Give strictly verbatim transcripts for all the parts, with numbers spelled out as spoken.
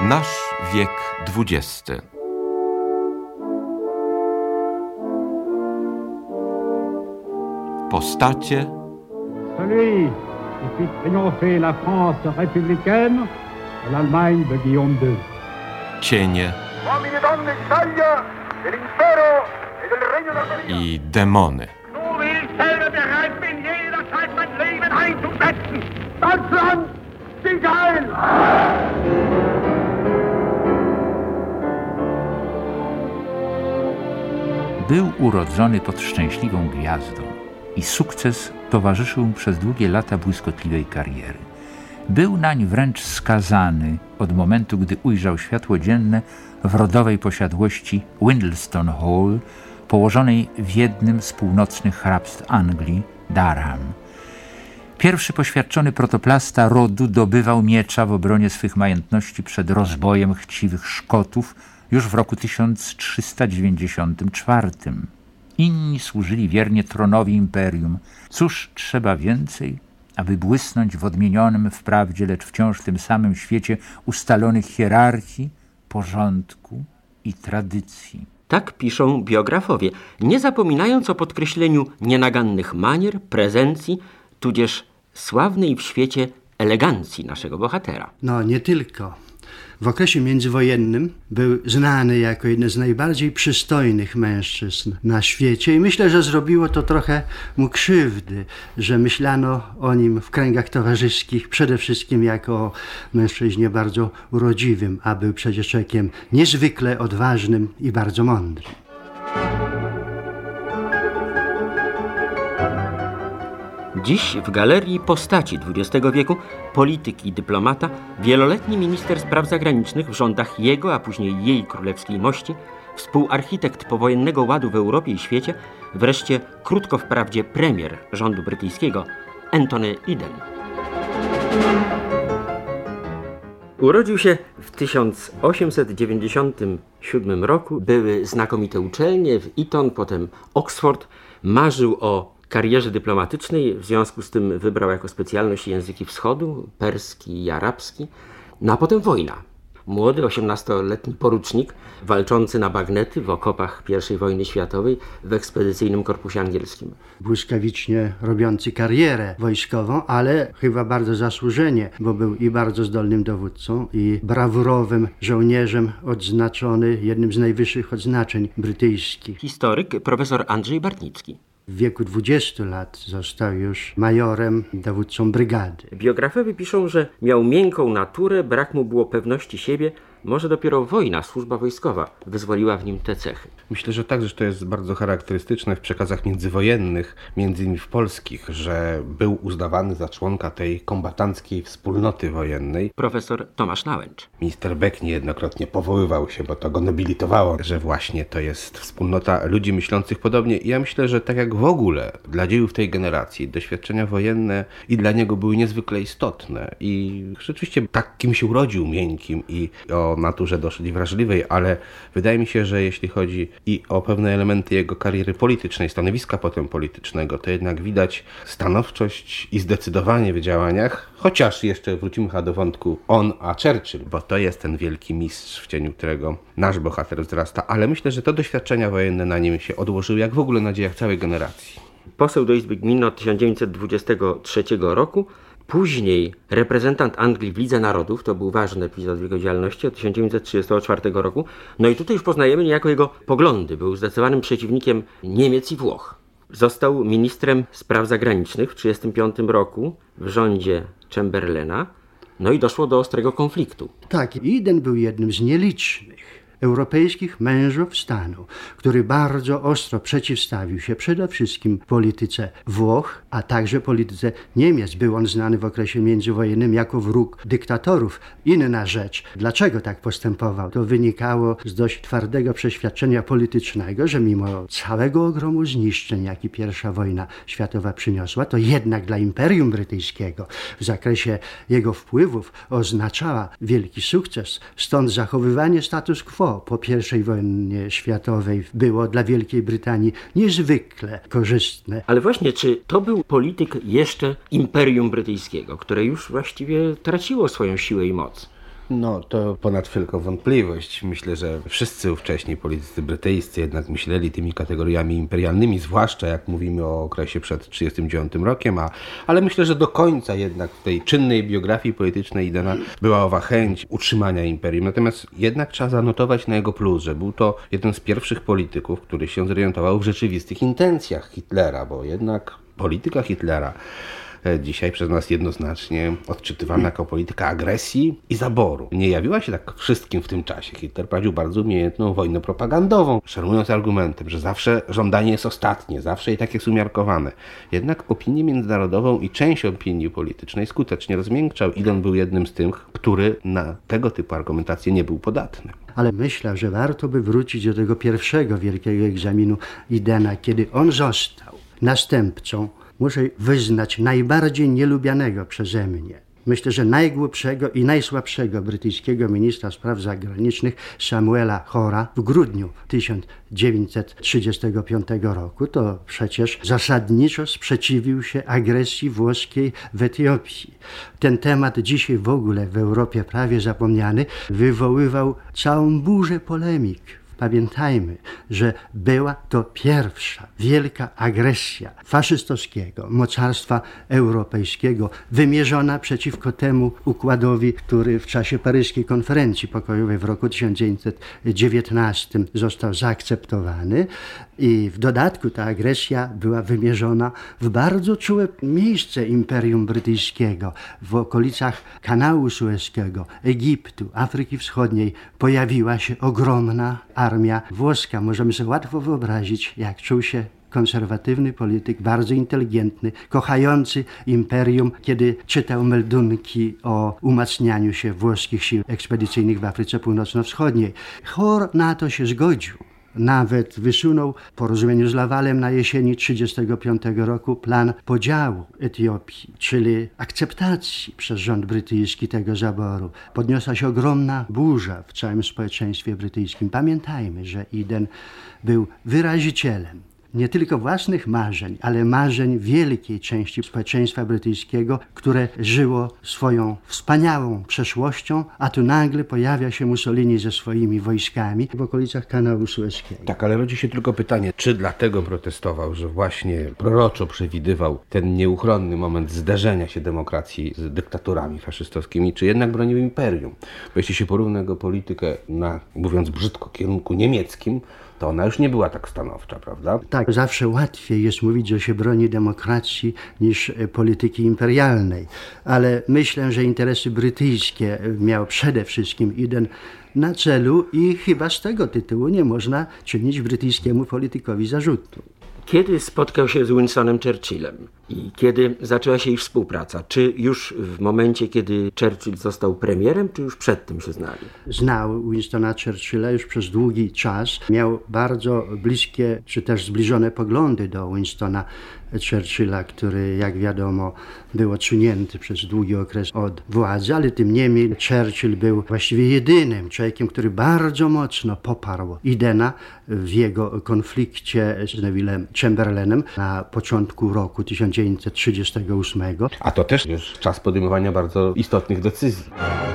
Nasz wiek dwudziesty. Postacie. Celui qui fit triompher la France républicaine et l'Allemagne de Guillaume drugi. Cienie. I demony. Deutschland, stieg ein! Był urodzony pod szczęśliwą gwiazdą i sukces towarzyszył mu przez długie lata błyskotliwej kariery. Był nań wręcz skazany od momentu, gdy ujrzał światło dzienne w rodowej posiadłości Windlestone Hall, położonej w jednym z północnych hrabstw Anglii, Durham. Pierwszy poświadczony protoplasta rodu dobywał miecza w obronie swych majątności przed rozbojem chciwych Szkotów już w roku tysiąc trzysta dziewięćdziesiątym czwartym. Inni służyli wiernie tronowi imperium. Cóż trzeba więcej, aby błysnąć w odmienionym wprawdzie, lecz wciąż tym samym świecie ustalonych hierarchii, porządku i tradycji. Tak piszą biografowie, nie zapominając o podkreśleniu nienagannych manier, prezencji, tudzież sławnej w świecie elegancji naszego bohatera. No, nie tylko. W okresie międzywojennym był znany jako jeden z najbardziej przystojnych mężczyzn na świecie i myślę, że zrobiło to trochę mu krzywdy, że myślano o nim w kręgach towarzyskich przede wszystkim jako o mężczyźnie bardzo urodziwym, a był przecież człowiekiem niezwykle odważnym i bardzo mądrym. Dziś w galerii postaci dwudziestego wieku polityk i dyplomata, wieloletni minister spraw zagranicznych w rządach jego, a później jej królewskiej mości, współarchitekt powojennego ładu w Europie i świecie, wreszcie krótko wprawdzie premier rządu brytyjskiego, Anthony Eden. Urodził się w tysiąc osiemset dziewięćdziesiątym siódmym roku. Były znakomite uczelnie w Eton, potem Oxford. Marzył o karierze dyplomatycznej, w związku z tym wybrał jako specjalność języki wschodu, perski i arabski, no a potem wojna. Młody, osiemnastoletni porucznik, walczący na bagnety w okopach pierwszej wojny światowej w ekspedycyjnym korpusie angielskim. Błyskawicznie robiący karierę wojskową, ale chyba bardzo zasłużenie, bo był i bardzo zdolnym dowódcą, i brawurowym żołnierzem, odznaczony jednym z najwyższych odznaczeń brytyjskich. Historyk profesor Andrzej Bartnicki. W wieku dwudziestu lat został już majorem, dowódcą brygady. Biografowie piszą, że miał miękką naturę, brak mu było pewności siebie. Może dopiero wojna, służba wojskowa wyzwoliła w nim te cechy. Myślę, że tak, że to jest bardzo charakterystyczne w przekazach międzywojennych, między innymi w polskich, że był uznawany za członka tej kombatanckiej wspólnoty wojennej. Profesor Tomasz Nałęcz. Minister Beck niejednokrotnie powoływał się, bo to go nobilitowało, że właśnie to jest wspólnota ludzi myślących podobnie. I ja myślę, że tak jak w ogóle dla dziejów tej generacji doświadczenia wojenne i dla niego były niezwykle istotne. I rzeczywiście takim się urodził miękkim i o naturze dosyć wrażliwej, ale wydaje mi się, że jeśli chodzi i o pewne elementy jego kariery politycznej, stanowiska potem politycznego, to jednak widać stanowczość i zdecydowanie w działaniach, chociaż jeszcze wrócimy chyba do wątku on a Churchill, bo to jest ten wielki mistrz, w cieniu którego nasz bohater wzrasta, ale myślę, że to doświadczenia wojenne na nim się odłożyły, jak w ogóle na dziejach całej generacji. Poseł do Izby Gminnej od tysiąc dziewięćset dwudziestego trzeciego roku, później reprezentant Anglii w Lidze Narodów, to był ważny epizod w jego działalności, od tysiąc dziewięćset trzydziestego czwartego roku. No i tutaj już poznajemy niejako jego poglądy. Był zdecydowanym przeciwnikiem Niemiec i Włoch. Został ministrem spraw zagranicznych w tysiąc dziewięćset trzydziestym piątym roku w rządzie Chamberlaina. No i doszło do ostrego konfliktu. Tak, Eden był jednym z nielicznych europejskich mężów stanu, który bardzo ostro przeciwstawił się przede wszystkim polityce Włoch, a także polityce Niemiec. Był on znany w okresie międzywojennym jako wróg dyktatorów. Inna rzecz, dlaczego tak postępował, to wynikało z dość twardego przeświadczenia politycznego, że mimo całego ogromu zniszczeń, jaki pierwsza wojna światowa przyniosła, to jednak dla Imperium Brytyjskiego w zakresie jego wpływów oznaczała wielki sukces. Stąd zachowywanie status quo po pierwszej wojnie światowej było dla Wielkiej Brytanii niezwykle korzystne. Ale właśnie, czy to był polityk jeszcze Imperium Brytyjskiego, które już właściwie traciło swoją siłę i moc? No, to ponad wszelką wątpliwość. Myślę, że wszyscy ówcześni politycy brytyjscy jednak myśleli tymi kategoriami imperialnymi, zwłaszcza jak mówimy o okresie przed tysiąc dziewięćset trzydziestym dziewiątym rokiem, a, ale myślę, że do końca jednak w tej czynnej biografii politycznej Idena była owa chęć utrzymania imperium. Natomiast jednak trzeba zanotować na jego plus, że był to jeden z pierwszych polityków, który się zorientował w rzeczywistych intencjach Hitlera, bo jednak polityka Hitlera dzisiaj przez nas jednoznacznie odczytywana jako polityka agresji i zaboru. Nie jawiła się tak wszystkim w tym czasie. Hitler prowadził bardzo umiejętną wojnę propagandową, szermując argumentem, że zawsze żądanie jest ostatnie, zawsze i tak jest umiarkowane. Jednak opinię międzynarodową i część opinii politycznej skutecznie rozmiękczał. Iden był jednym z tych, który na tego typu argumentację nie był podatny. Ale myślę, że warto by wrócić do tego pierwszego wielkiego egzaminu Idena, kiedy on został następcą, muszę wyznać, najbardziej nielubianego przeze mnie. Myślę, że najgłupszego i najsłabszego brytyjskiego ministra spraw zagranicznych Samuela Hora w grudniu tysiąc dziewięćset trzydziestego piątego roku. To przecież zasadniczo sprzeciwił się agresji włoskiej w Etiopii. Ten temat dzisiaj w ogóle w Europie prawie zapomniany wywoływał całą burzę polemik. Pamiętajmy, że była to pierwsza wielka agresja faszystowskiego mocarstwa europejskiego wymierzona przeciwko temu układowi, który w czasie paryskiej konferencji pokojowej w roku tysiąc dziewięćset dziewiętnastym został zaakceptowany i w dodatku ta agresja była wymierzona w bardzo czułe miejsce Imperium Brytyjskiego. W okolicach kanału Sueskiego, Egiptu, Afryki Wschodniej pojawiła się ogromna armia włoska. Możemy sobie łatwo wyobrazić, jak czuł się konserwatywny polityk, bardzo inteligentny, kochający imperium, kiedy czytał meldunki o umacnianiu się włoskich sił ekspedycyjnych w Afryce Północno-Wschodniej. Hor na to się zgodził. Nawet wysunął w porozumieniu z Lawalem na jesieni tysiąc dziewięćset trzydziestego piątego roku plan podziału Etiopii, czyli akceptacji przez rząd brytyjski tego zaboru. Podniosła się ogromna burza w całym społeczeństwie brytyjskim. Pamiętajmy, że Iden był wyrazicielem nie tylko własnych marzeń, ale marzeń wielkiej części społeczeństwa brytyjskiego, które żyło swoją wspaniałą przeszłością, a tu nagle pojawia się Mussolini ze swoimi wojskami w okolicach kanału Sueskiego. Tak, ale rodzi się tylko pytanie, czy dlatego protestował, że właśnie proroczo przewidywał ten nieuchronny moment zderzenia się demokracji z dyktaturami faszystowskimi, czy jednak bronił imperium? Bo jeśli się porówna jego politykę na, mówiąc brzydko, kierunku niemieckim, to ona już nie była tak stanowcza, prawda? Tak, zawsze łatwiej jest mówić, że się broni demokracji niż polityki imperialnej, ale myślę, że interesy brytyjskie miał przede wszystkim Iden na celu i chyba z tego tytułu nie można czynić brytyjskiemu politykowi zarzutu. Kiedy spotkał się z Winstonem Churchillem i kiedy zaczęła się ich współpraca? Czy już w momencie, kiedy Churchill został premierem, czy już przed tym się znali? Znał Winstona Churchilla już przez długi czas. Miał bardzo bliskie, czy też zbliżone poglądy do Winstona Churchilla, który, jak wiadomo, był odsunięty przez długi okres od władzy, ale tym niemniej Churchill był właściwie jedynym człowiekiem, który bardzo mocno poparł Idena w jego konflikcie z Nevillem Chamberlainem na początku roku tysiąc dziewięćset trzydziestego ósmego. A to też już czas podejmowania bardzo istotnych decyzji.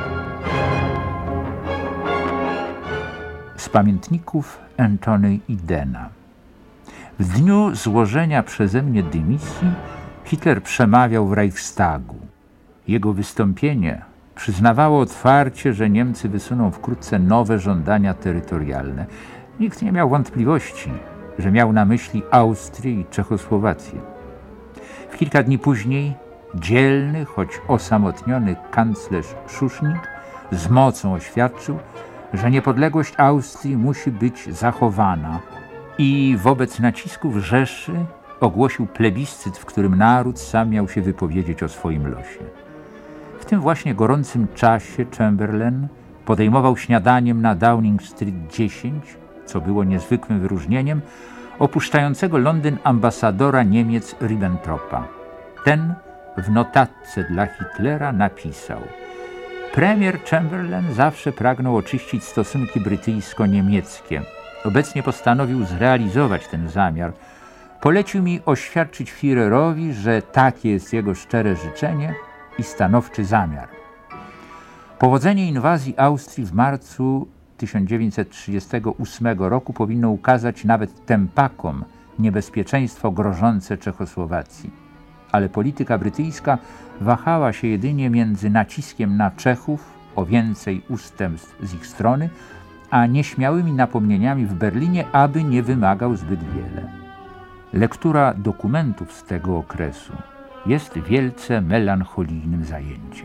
Z pamiętników Antony Idena. W dniu złożenia przeze mnie dymisji Hitler przemawiał w Reichstagu. Jego wystąpienie przyznawało otwarcie, że Niemcy wysuną wkrótce nowe żądania terytorialne. Nikt nie miał wątpliwości, że miał na myśli Austrię i Czechosłowację. W kilka dni później dzielny, choć osamotniony kanclerz Szusznik z mocą oświadczył, że niepodległość Austrii musi być zachowana i wobec nacisków Rzeszy ogłosił plebiscyt, w którym naród sam miał się wypowiedzieć o swoim losie. W tym właśnie gorącym czasie Chamberlain podejmował śniadaniem na Downing Street dziesięć, co było niezwykłym wyróżnieniem, opuszczającego Londyn ambasadora Niemiec Ribbentropa. Ten w notatce dla Hitlera napisał: premier Chamberlain zawsze pragnął oczyścić stosunki brytyjsko-niemieckie. Obecnie postanowił zrealizować ten zamiar. Polecił mi oświadczyć Führerowi, że takie jest jego szczere życzenie i stanowczy zamiar. Powodzenie inwazji Austrii w marcu tysiąc dziewięćset trzydziestego ósmego roku powinno ukazać nawet tempakom niebezpieczeństwo grożące Czechosłowacji. Ale polityka brytyjska wahała się jedynie między naciskiem na Czechów o więcej ustępstw z ich strony, a nieśmiałymi napomnieniami w Berlinie, aby nie wymagał zbyt wiele. Lektura dokumentów z tego okresu jest wielce melancholijnym zajęciem.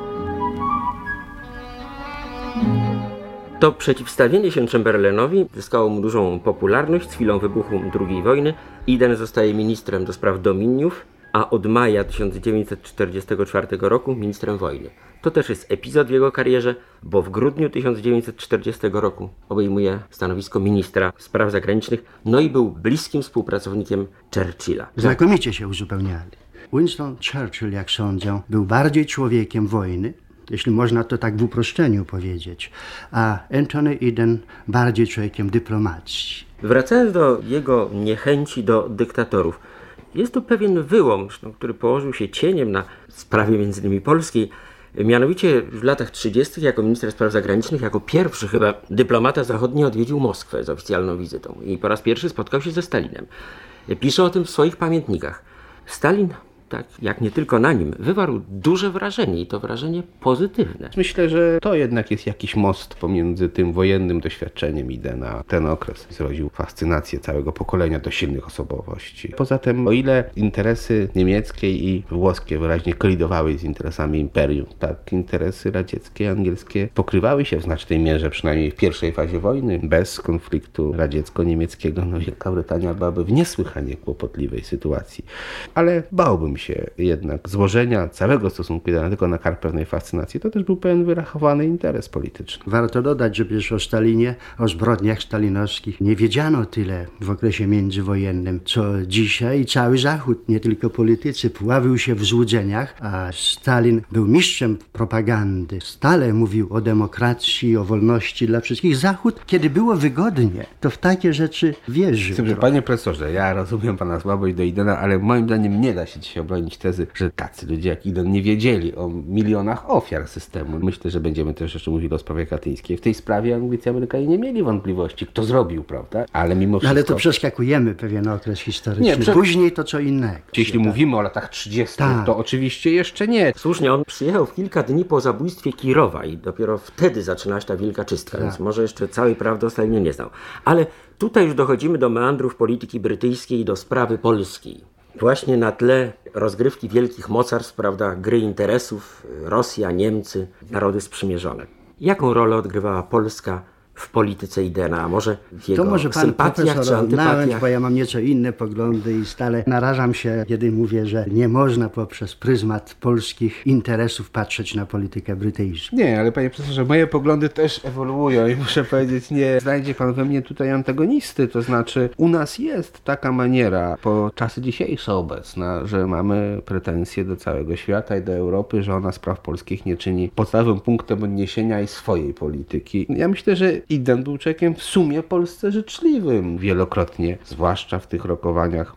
To przeciwstawienie się Chamberlainowi zyskało mu dużą popularność z chwilą wybuchu drugiej wojny. Eden zostaje ministrem do spraw dominiów, a od maja tysiąc dziewięćset czterdziestego czwartego roku ministrem wojny. To też jest epizod w jego karierze, bo w grudniu tysiąc dziewięćset czterdziestego roku obejmuje stanowisko ministra spraw zagranicznych, no i był bliskim współpracownikiem Churchilla. Znakomicie się uzupełniali. Winston Churchill, jak sądzę, był bardziej człowiekiem wojny, jeśli można to tak w uproszczeniu powiedzieć, a Anthony Eden bardziej człowiekiem dyplomacji. Wracając do jego niechęci do dyktatorów, jest to pewien wyłom, który położył się cieniem na sprawie między innymi polskiej. Mianowicie w latach trzydziestych jako minister spraw zagranicznych, jako pierwszy chyba dyplomata zachodni odwiedził Moskwę z oficjalną wizytą i po raz pierwszy spotkał się ze Stalinem. Pisze o tym w swoich pamiętnikach. Stalin, tak jak nie tylko na nim, wywarł duże wrażenie i to wrażenie pozytywne. Myślę, że to jednak jest jakiś most pomiędzy tym wojennym doświadczeniem Edena. Ten okres zrodził fascynację całego pokolenia do silnych osobowości. Poza tym, o ile interesy niemieckie i włoskie wyraźnie kolidowały z interesami imperium, tak interesy radzieckie i angielskie pokrywały się w znacznej mierze, przynajmniej w pierwszej fazie wojny. Bez konfliktu radziecko-niemieckiego no Wielka Brytania byłaby w niesłychanie kłopotliwej sytuacji. Ale bałbym się jednak złożenia całego stosunku Edena tylko na karp pewnej fascynacji. To też był pewien wyrachowany interes polityczny. Warto dodać, że przecież o Stalinie, o zbrodniach stalinowskich nie wiedziano tyle w okresie międzywojennym, co dzisiaj. Cały Zachód, nie tylko politycy, pławił się w złudzeniach, a Stalin był mistrzem propagandy. Stale mówił o demokracji, o wolności dla wszystkich. Zachód, kiedy było wygodnie, to w takie rzeczy wierzył. Dobrze, panie profesorze, ja rozumiem pana słabość do Edena, ale moim zdaniem nie da się dzisiaj obronić tezy, że tacy ludzie jak Eden nie wiedzieli o milionach ofiar systemu. Myślę, że będziemy też jeszcze mówili o sprawie katyńskiej. W tej sprawie Anglicy i Amerykanie nie mieli wątpliwości, kto zrobił, prawda? Ale mimo wszystko... Ale to przeskakujemy pewien okres historyczny. Nie, prze... Później to co innego. Jeśli tak mówimy o latach trzydziestych, tak, to oczywiście jeszcze nie. Słusznie, on przyjechał w kilka dni po zabójstwie Kirowa i dopiero wtedy zaczyna się ta wielka czystka, tak, więc może jeszcze całej prawdy o Stalinie nie znał. Ale tutaj już dochodzimy do meandrów polityki brytyjskiej i do sprawy polskiej. Właśnie na tle rozgrywki wielkich mocarstw, prawda, gry interesów, Rosja, Niemcy, narody sprzymierzone. Jaką rolę odgrywała Polska w polityce Edena, a może w jego to może pan sympatiach czy antypatiach? Bo ja mam nieco inne poglądy i stale narażam się, kiedy mówię, że nie można poprzez pryzmat polskich interesów patrzeć na politykę brytyjską. Nie, ale panie profesorze, moje poglądy też ewoluują i muszę powiedzieć, nie znajdzie pan we mnie tutaj antagonisty, to znaczy u nas jest taka maniera, po czasy dzisiejsze obecne, że mamy pretensje do całego świata i do Europy, że ona spraw polskich nie czyni podstawowym punktem odniesienia i swojej polityki. Ja myślę, że Eden był człowiekiem w sumie Polsce życzliwym wielokrotnie, zwłaszcza w tych rokowaniach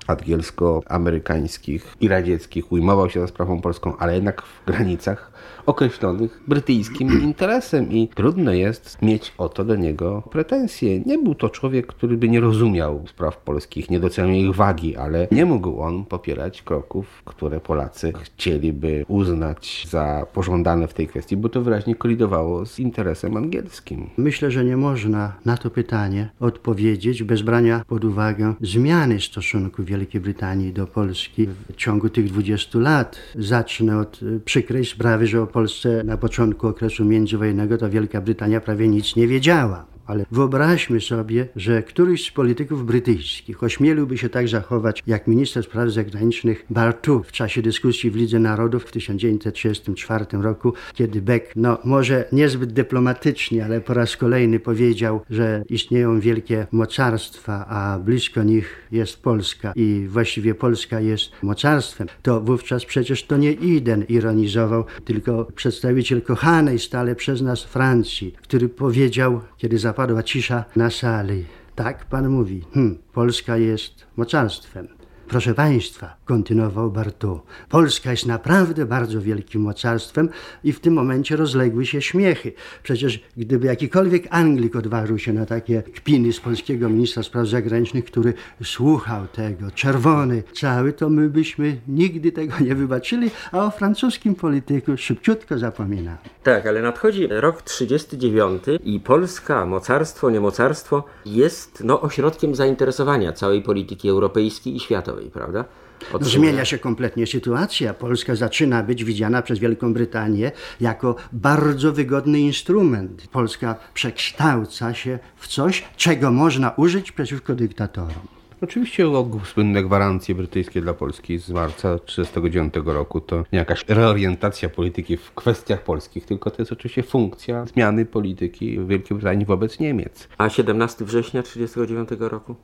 angielsko-amerykańskich i radzieckich. Ujmował się za sprawą polską, ale jednak w granicach określonych brytyjskim interesem i trudno jest mieć o to do niego pretensje. Nie był to człowiek, który by nie rozumiał spraw polskich, nie doceniał ich wagi, ale nie mógł on popierać kroków, które Polacy chcieliby uznać za pożądane w tej kwestii, bo to wyraźnie kolidowało z interesem angielskim. Myślę, że nie można na to pytanie odpowiedzieć bez brania pod uwagę zmiany stosunku Wielkiej Brytanii do Polski w ciągu tych dwudziestu lat. Zacznę od przykrej sprawy, że o Polsce na początku okresu międzywojennego to Wielka Brytania prawie nic nie wiedziała. Ale wyobraźmy sobie, że któryś z polityków brytyjskich ośmieliłby się tak zachować jak minister spraw zagranicznych Bartu w czasie dyskusji w Lidze Narodów w tysiąc dziewięćset trzydziestym czwartym roku, kiedy Beck, no może niezbyt dyplomatycznie, ale po raz kolejny powiedział, że istnieją wielkie mocarstwa, a blisko nich jest Polska i właściwie Polska jest mocarstwem. To wówczas przecież to nie Eden ironizował, tylko przedstawiciel kochanej stale przez nas Francji, który powiedział, kiedy zapadła cisza na sali: tak, pan mówi, hm, Polska jest mocarstwem. Proszę Państwa, kontynuował Bartaux, Polska jest naprawdę bardzo wielkim mocarstwem i w tym momencie rozległy się śmiechy. Przecież gdyby jakikolwiek Anglik odważył się na takie kpiny z polskiego ministra spraw zagranicznych, który słuchał tego, czerwony cały, to my byśmy nigdy tego nie wybaczyli, a o francuskim polityku szybciutko zapominamy. Tak, ale nadchodzi rok trzydziesty dziewiąty i Polska, mocarstwo, nie mocarstwo, jest no, ośrodkiem zainteresowania całej polityki europejskiej i światowej, prawda? No, zmienia się kompletnie sytuacja. Polska zaczyna być widziana przez Wielką Brytanię jako bardzo wygodny instrument. Polska przekształca się w coś, czego można użyć przeciwko dyktatorom. Oczywiście słynne gwarancje brytyjskie dla Polski z marca tysiąc dziewięćset trzydziestego dziewiątego roku to nie jakaś reorientacja polityki w kwestiach polskich, tylko to jest oczywiście funkcja zmiany polityki Wielkiej Brytanii wobec Niemiec. A siedemnastego września tysiąc dziewięćset trzydziestego dziewiątego roku?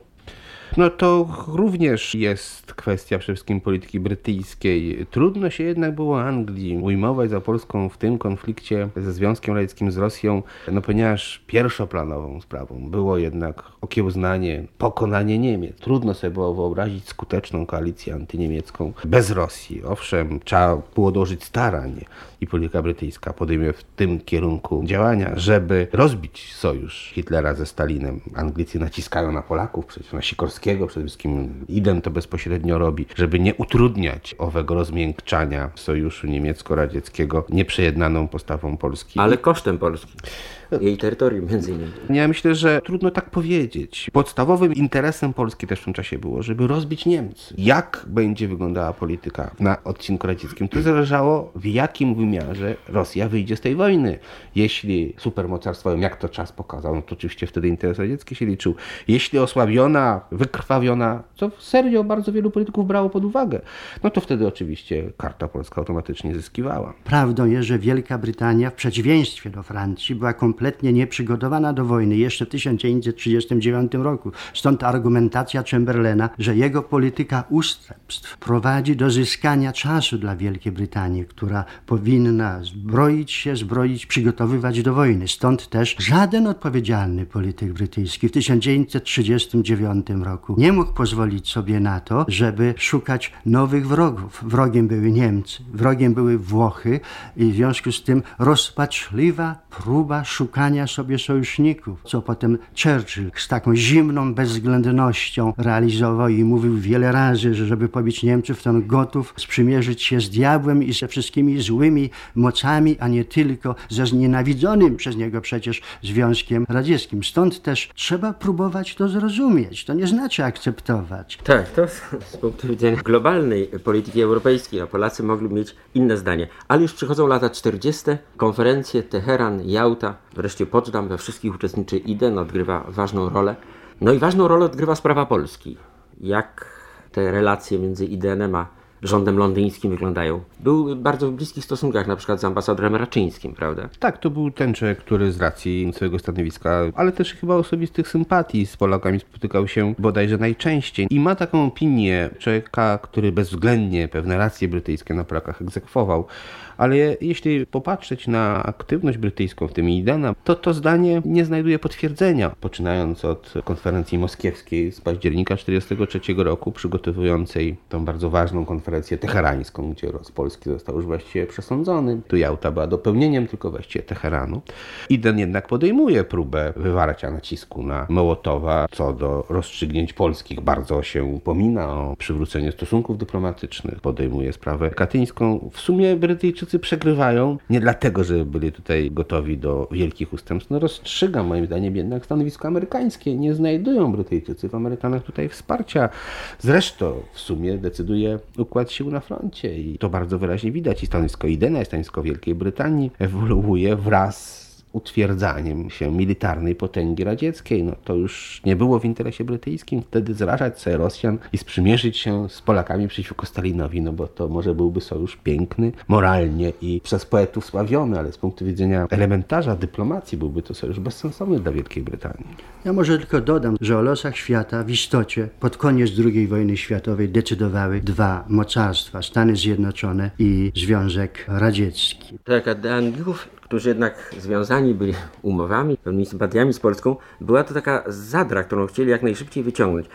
No to również jest kwestia przede wszystkim polityki brytyjskiej. Trudno się jednak było Anglii ujmować za Polską w tym konflikcie ze Związkiem Radzieckim, z Rosją, no ponieważ pierwszoplanową sprawą było jednak okiełznanie, pokonanie Niemiec. Trudno sobie było wyobrazić skuteczną koalicję antyniemiecką bez Rosji. Owszem, trzeba było dołożyć starań i polityka brytyjska podejmuje w tym kierunku działania, żeby rozbić sojusz Hitlera ze Stalinem. Anglicy naciskają na Polaków, przecież na Sikorskiego, przede wszystkim Iden to bezpośrednio robi, żeby nie utrudniać owego rozmiękczania sojuszu niemiecko-radzieckiego nieprzejednaną postawą Polski. Ale kosztem Polski. Jej terytorium między innymi. Ja myślę, że trudno tak powiedzieć. Podstawowym interesem Polski też w tym czasie było, żeby rozbić Niemcy. Jak będzie wyglądała polityka na odcinku radzieckim? To zależało, w jakim wymiarze Rosja wyjdzie z tej wojny. Jeśli supermocarstwem, jak to czas pokazał, no to oczywiście wtedy interes radziecki się liczył. Jeśli osłabiona, wykrwawiona, co serio bardzo wielu polityków brało pod uwagę, no to wtedy oczywiście karta polska automatycznie zyskiwała. Prawdą jest, że Wielka Brytania w przeciwieństwie do Francji była kompletnie nieprzygotowana do wojny jeszcze w tysiąc dziewięćset trzydziestym dziewiątym roku. Stąd argumentacja Chamberlaina, że jego polityka ustępstw prowadzi do zyskania czasu dla Wielkiej Brytanii, która powinna zbroić się, zbroić, przygotowywać do wojny. Stąd też żaden odpowiedzialny polityk brytyjski w tysiąc dziewięćset trzydziestym dziewiątym roku nie mógł pozwolić sobie na to, żeby szukać nowych wrogów. Wrogiem były Niemcy, wrogiem były Włochy i w związku z tym rozpaczliwa próba szukania sobie sojuszników, co potem Churchill z taką zimną bezwzględnością realizował i mówił wiele razy, że żeby pobić Niemców, to on gotów sprzymierzyć się z diabłem i ze wszystkimi złymi mocami, a nie tylko ze znienawidzonym przez niego przecież Związkiem Radzieckim. Stąd też trzeba próbować to zrozumieć. To nie znaczy akceptować. Tak, to z punktu widzenia globalnej polityki europejskiej, a Polacy mogli mieć inne zdanie. Ale już przychodzą lata czterdzieste, konferencje Teheran, Jałta, wreszcie Poczdam, we wszystkich uczestniczy Iden, odgrywa ważną rolę. No i ważną rolę odgrywa sprawa Polski. Jak te relacje między Idenem a rządem londyńskim wyglądają? Był bardzo w bliskich stosunkach na przykład z ambasadorem Raczyńskim, prawda? Tak, to był ten człowiek, który z racji swojego stanowiska, ale też chyba osobistych sympatii z Polakami spotykał się bodajże najczęściej. I ma taką opinię człowieka, który bezwzględnie pewne racje brytyjskie na Polakach egzekwował. Ale jeśli popatrzeć na aktywność brytyjską, w tym Idena, to to zdanie nie znajduje potwierdzenia. Poczynając od konferencji moskiewskiej z października tysiąc dziewięćset czterdziestego trzeciego roku, przygotowującej tą bardzo ważną konferencję teherańską, gdzie los Polski został już właściwie przesądzony. Tu Jałta była dopełnieniem tylko właściwie Teheranu. Iden jednak podejmuje próbę wywarcia nacisku na Mołotowa co do rozstrzygnięć polskich. Bardzo się upomina o przywrócenie stosunków dyplomatycznych. Podejmuje sprawę katyńską. W sumie Brytyjczycy przegrywają nie dlatego, że byli tutaj gotowi do wielkich ustępstw. No rozstrzyga moim zdaniem jednak stanowisko amerykańskie. Nie znajdują Brytyjczycy w Amerykanach tutaj wsparcia. Zresztą w sumie decyduje układ sił na froncie i to bardzo wyraźnie widać. I stanowisko Idena, i stanowisko Wielkiej Brytanii ewoluuje wraz utwierdzaniem się militarnej potęgi radzieckiej. No to już nie było w interesie brytyjskim wtedy zrażać sobie Rosjan i sprzymierzyć się z Polakami przeciwko Stalinowi, no bo to może byłby sojusz piękny, moralnie i przez poetów sławiony, ale z punktu widzenia elementarza dyplomacji byłby to sojusz bezsensowny dla Wielkiej Brytanii. Ja może tylko dodam, że o losach świata w istocie pod koniec drugiej wojny światowej decydowały dwa mocarstwa, Stany Zjednoczone i Związek Radziecki. Tak, a dla Anglików, którzy jednak związani byli umowami, pewnymi sympatiami z Polską, była to taka zadra, którą chcieli jak najszybciej wyciągnąć.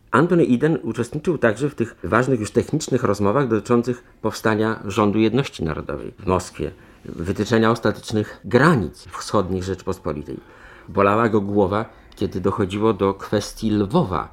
Antoni Eden uczestniczył także w tych ważnych już technicznych rozmowach dotyczących powstania rządu jedności narodowej w Moskwie, wytyczenia ostatecznych granic wschodnich Rzeczpospolitej. Bolała go głowa, kiedy dochodziło do kwestii Lwowa.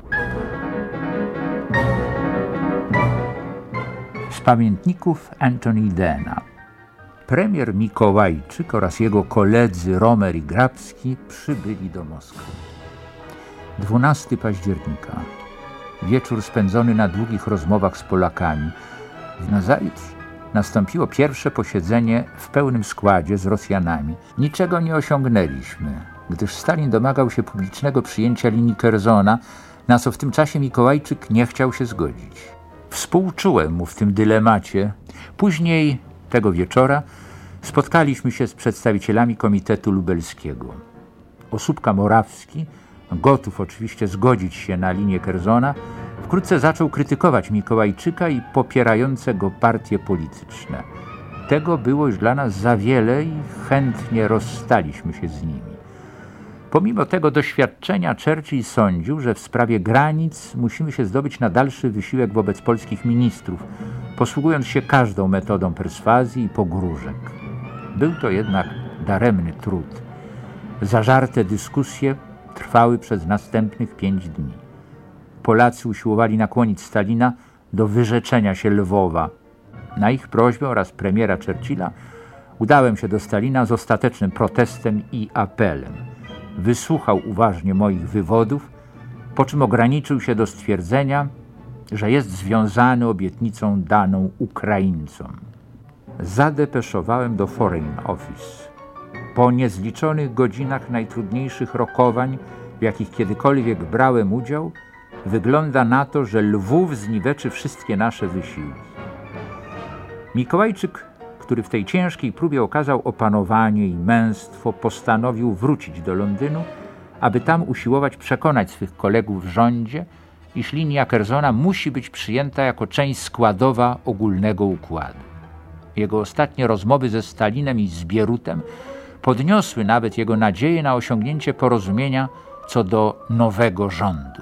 Z pamiętników Antoni Edena. Premier Mikołajczyk oraz jego koledzy Romer i Grabski przybyli do Moskwy. dwunastego października. Wieczór spędzony na długich rozmowach z Polakami. Nazajutrz nastąpiło pierwsze posiedzenie w pełnym składzie z Rosjanami. Niczego nie osiągnęliśmy, gdyż Stalin domagał się publicznego przyjęcia linii Kerzona, na co w tym czasie Mikołajczyk nie chciał się zgodzić. Współczułem mu w tym dylemacie. Później tego wieczora spotkaliśmy się z przedstawicielami Komitetu Lubelskiego. Osóbka Morawski, gotów oczywiście zgodzić się na linię Kerzona, wkrótce zaczął krytykować Mikołajczyka i popierające go partie polityczne. Tego było już dla nas za wiele i chętnie rozstaliśmy się z nimi. Pomimo tego doświadczenia Churchill sądził, że w sprawie granic musimy się zdobyć na dalszy wysiłek wobec polskich ministrów, posługując się każdą metodą perswazji i pogróżek. Był to jednak daremny trud. Zażarte dyskusje trwały przez następnych pięć dni. Polacy usiłowali nakłonić Stalina do wyrzeczenia się Lwowa. Na ich prośbę oraz premiera Churchilla udałem się do Stalina z ostatecznym protestem i apelem. Wysłuchał uważnie moich wywodów, po czym ograniczył się do stwierdzenia, że jest związany obietnicą daną Ukraińcom. Zadepeszowałem do Foreign Office. Po niezliczonych godzinach najtrudniejszych rokowań, w jakich kiedykolwiek brałem udział, wygląda na to, że Lwów zniweczy wszystkie nasze wysiłki. Mikołajczyk, który w tej ciężkiej próbie okazał opanowanie i męstwo, postanowił wrócić do Londynu, aby tam usiłować przekonać swych kolegów w rządzie, iż linia Kerzona musi być przyjęta jako część składowa ogólnego układu. Jego ostatnie rozmowy ze Stalinem i z Bierutem podniosły nawet jego nadzieję na osiągnięcie porozumienia co do nowego rządu.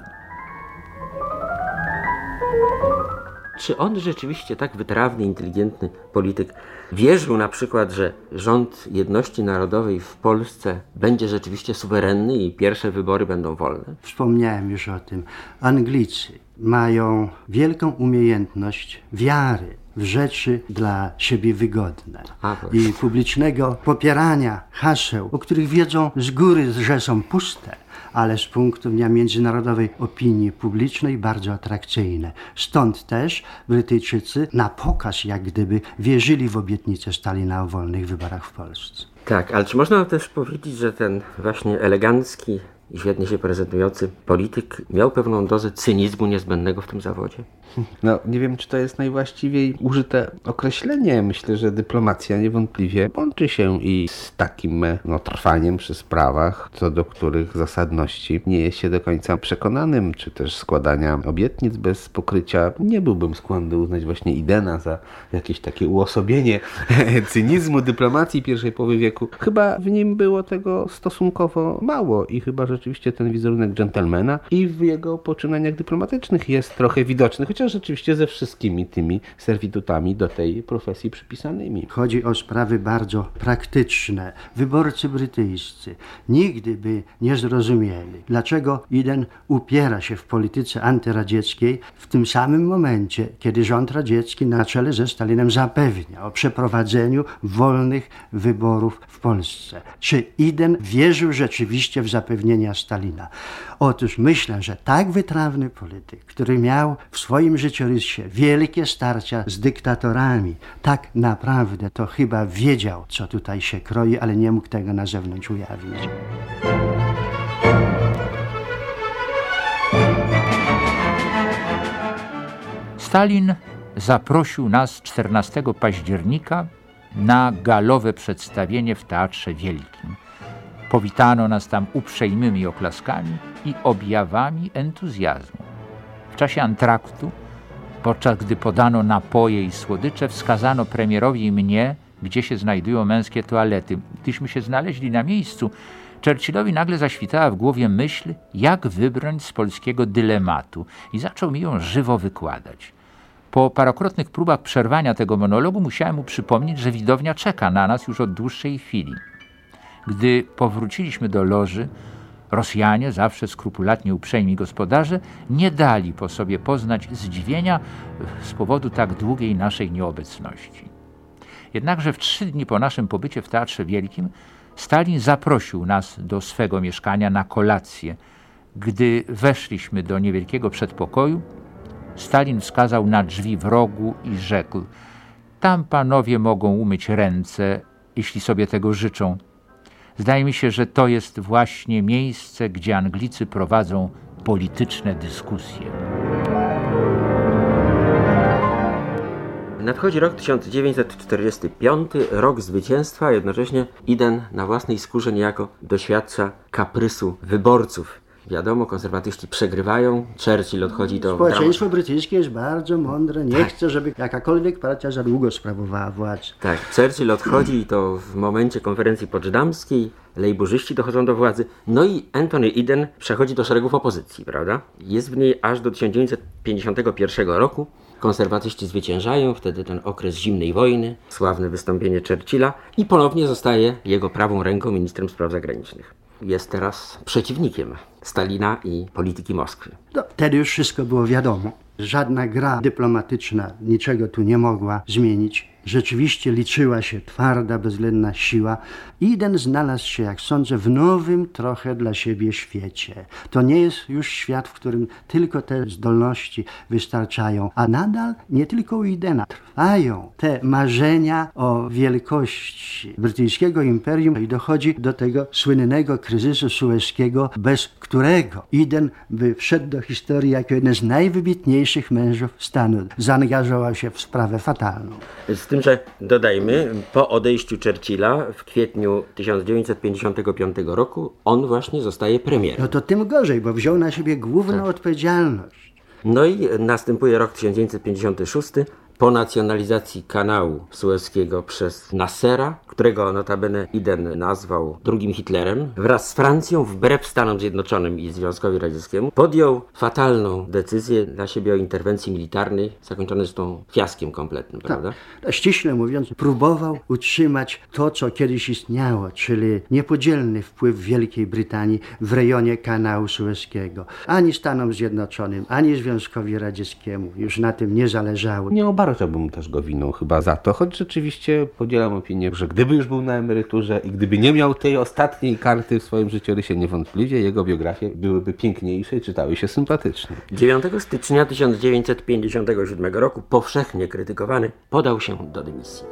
Czy on rzeczywiście, tak wytrawny, inteligentny polityk, wierzył na przykład, że rząd jedności narodowej w Polsce będzie rzeczywiście suwerenny i pierwsze wybory będą wolne? Wspomniałem już o tym. Anglicy mają wielką umiejętność wiary w rzeczy dla siebie wygodne A, i publicznego popierania haseł, o których wiedzą z góry, że są puste, ale z punktu widzenia międzynarodowej opinii publicznej bardzo atrakcyjne. Stąd też Brytyjczycy na pokaz jak gdyby wierzyli w obietnicę Stalina o wolnych wyborach w Polsce. Tak, ale czy można też powiedzieć, że ten właśnie elegancki i świetnie się prezentujący polityk miał pewną dozę cynizmu niezbędnego w tym zawodzie? No, nie wiem, czy to jest najwłaściwiej użyte określenie. Myślę, że dyplomacja niewątpliwie łączy się i z takim no, trwaniem przy sprawach, co do których zasadności nie jest się do końca przekonanym, czy też składania obietnic bez pokrycia. Nie byłbym skłonny uznać właśnie Edena za jakieś takie uosobienie cynizmu dyplomacji pierwszej połowy wieku. Chyba w nim było tego stosunkowo mało i chyba rzeczywiście ten wizerunek dżentelmena i w jego poczynaniach dyplomatycznych jest trochę widoczny, chociaż rzeczywiście ze wszystkimi tymi serwitutami do tej profesji przypisanymi. Chodzi o sprawy bardzo praktyczne. Wyborcy brytyjscy nigdy by nie zrozumieli, dlaczego Eden upiera się w polityce antyradzieckiej w tym samym momencie, kiedy rząd radziecki na czele ze Stalinem zapewnia o przeprowadzeniu wolnych wyborów w Polsce. Czy Eden wierzył rzeczywiście w zapewnienia Stalina? Otóż myślę, że tak wytrawny polityk, który miał w swoim życiorysie wielkie starcia z dyktatorami, tak naprawdę to chyba wiedział, co tutaj się kroi, ale nie mógł tego na zewnątrz ujawnić. Stalin zaprosił nas czternastego października na galowe przedstawienie w Teatrze Wielkim. Powitano nas tam uprzejmymi oklaskami i objawami entuzjazmu. W czasie antraktu, podczas gdy podano napoje i słodycze, wskazano premierowi i mnie, gdzie się znajdują męskie toalety. Gdyśmy się znaleźli na miejscu, Churchillowi nagle zaświtała w głowie myśl, jak wybrnąć z polskiego dylematu i zaczął mi ją żywo wykładać. Po parokrotnych próbach przerwania tego monologu musiałem mu przypomnieć, że widownia czeka na nas już od dłuższej chwili. Gdy powróciliśmy do loży, Rosjanie, zawsze skrupulatnie uprzejmi gospodarze, nie dali po sobie poznać zdziwienia z powodu tak długiej naszej nieobecności. Jednakże w trzy dni po naszym pobycie w Teatrze Wielkim Stalin zaprosił nas do swego mieszkania na kolację. Gdy weszliśmy do niewielkiego przedpokoju, Stalin wskazał na drzwi w rogu i rzekł: tam panowie mogą umyć ręce, jeśli sobie tego życzą. Zdaje mi się, że to jest właśnie miejsce, gdzie Anglicy prowadzą polityczne dyskusje. Nadchodzi rok tysiąc dziewięćset czterdziesty piąty, rok zwycięstwa, a jednocześnie Eden na własnej skórze niejako doświadcza kaprysu wyborców. Wiadomo, konserwatyści przegrywają, Churchill odchodzi do... Społeczeństwo brytyjskie jest bardzo mądre, nie tak. chce, żeby jakakolwiek partia za długo sprawowała władzę. Tak, Churchill odchodzi i to w momencie konferencji poczdamskiej, lejburzyści dochodzą do władzy, no i Anthony Eden przechodzi do szeregów opozycji, prawda? Jest w niej aż do tysiąc dziewięćset pięćdziesiątego pierwszego roku. Konserwatyści zwyciężają, wtedy ten okres zimnej wojny, sławne wystąpienie Churchilla i ponownie zostaje jego prawą ręką ministrem spraw zagranicznych. Jest teraz przeciwnikiem Stalina i polityki Moskwy. No, wtedy już wszystko było wiadomo. Żadna gra dyplomatyczna niczego tu nie mogła zmienić. Rzeczywiście liczyła się twarda, bezwzględna siła. Eden znalazł się, jak sądzę, w nowym trochę dla siebie świecie. To nie jest już świat, w którym tylko te zdolności wystarczają, a nadal nie tylko u Edena trwają te marzenia o wielkości brytyjskiego imperium i dochodzi do tego słynnego kryzysu sueskiego, bez którego Eden by wszedł do historii jako jeden z najwybitniejszych mężów stanu. Zaangażował się w sprawę fatalną. Z tym, że dodajmy, po odejściu Churchilla w kwietniu tysiąc dziewięćset pięćdziesiątego piątego roku on właśnie zostaje premierem. No to tym gorzej, bo wziął na siebie główną tak. odpowiedzialność. No i następuje rok tysiąc dziewięćset pięćdziesiąty szósty. Po nacjonalizacji kanału sueskiego przez Nassera, którego notabene Eden nazwał drugim Hitlerem, wraz z Francją, wbrew Stanom Zjednoczonym i Związkowi Radzieckiemu, podjął fatalną decyzję dla siebie o interwencji militarnej, zakończonej zresztą fiaskiem kompletnym, prawda? Tak. Ściśle mówiąc, próbował utrzymać to, co kiedyś istniało, czyli niepodzielny wpływ Wielkiej Brytanii w rejonie kanału sueskiego. Ani Stanom Zjednoczonym, ani Związkowi Radzieckiemu już na tym nie zależało. Nie obarczałbym też go winą chyba za to, choć rzeczywiście podzielam opinię, że gdyby już był na emeryturze i gdyby nie miał tej ostatniej karty w swoim życiorysie, niewątpliwie jego biografie byłyby piękniejsze i czytały się sympatycznie. dziewiątego stycznia tysiąc dziewięćset pięćdziesiątego siódmego roku, powszechnie krytykowany, podał się do dymisji.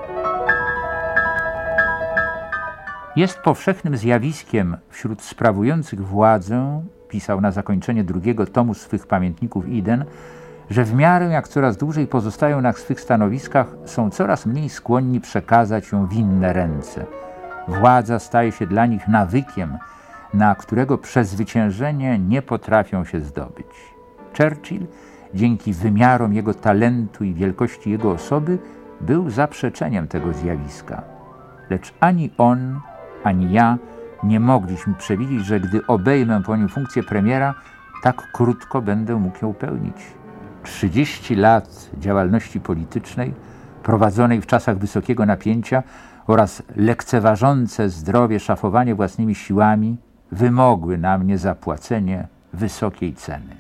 Jest powszechnym zjawiskiem wśród sprawujących władzę, pisał na zakończenie drugiego tomu swych pamiętników Eden, że w miarę jak coraz dłużej pozostają na swych stanowiskach, są coraz mniej skłonni przekazać ją w inne ręce. Władza staje się dla nich nawykiem, na którego przezwyciężenie nie potrafią się zdobyć. Churchill, dzięki wymiarom jego talentu i wielkości jego osoby, był zaprzeczeniem tego zjawiska. Lecz ani on, ani ja nie mogliśmy przewidzieć, że gdy obejmę po nim funkcję premiera, tak krótko będę mógł ją pełnić. trzydzieści lat działalności politycznej, prowadzonej w czasach wysokiego napięcia oraz lekceważące zdrowie szafowanie własnymi siłami wymogły na mnie zapłacenie wysokiej ceny.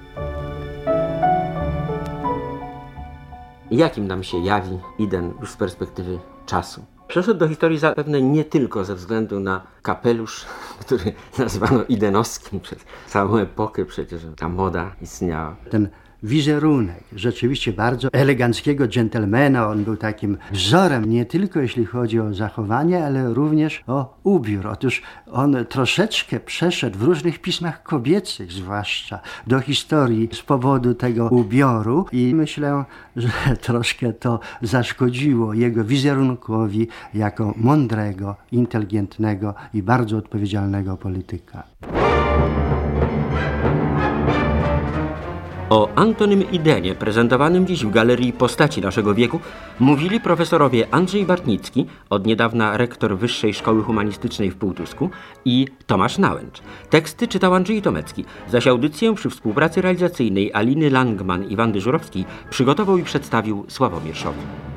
Jakim nam się jawi Eden już z perspektywy czasu? Przeszedł do historii zapewne nie tylko ze względu na kapelusz, który nazwano Edenowskim przez całą epokę, przecież ta moda istniała. Ten wizerunek rzeczywiście bardzo eleganckiego dżentelmena. On był takim wzorem nie tylko jeśli chodzi o zachowanie, ale również o ubiór. Otóż on troszeczkę przeszedł w różnych pismach kobiecych zwłaszcza do historii z powodu tego ubioru i myślę, że troszkę to zaszkodziło jego wizerunkowi jako mądrego, inteligentnego i bardzo odpowiedzialnego polityka. O Antonym Idenie, prezentowanym dziś w Galerii Postaci Naszego Wieku, mówili profesorowie Andrzej Bartnicki, od niedawna rektor Wyższej Szkoły Humanistycznej w Półtusku, i Tomasz Nałęcz. Teksty czytał Andrzej Tomecki, zaś audycję przy współpracy realizacyjnej Aliny Langman i Wandy Żurowskiej przygotował i przedstawił Sławomir Szowin.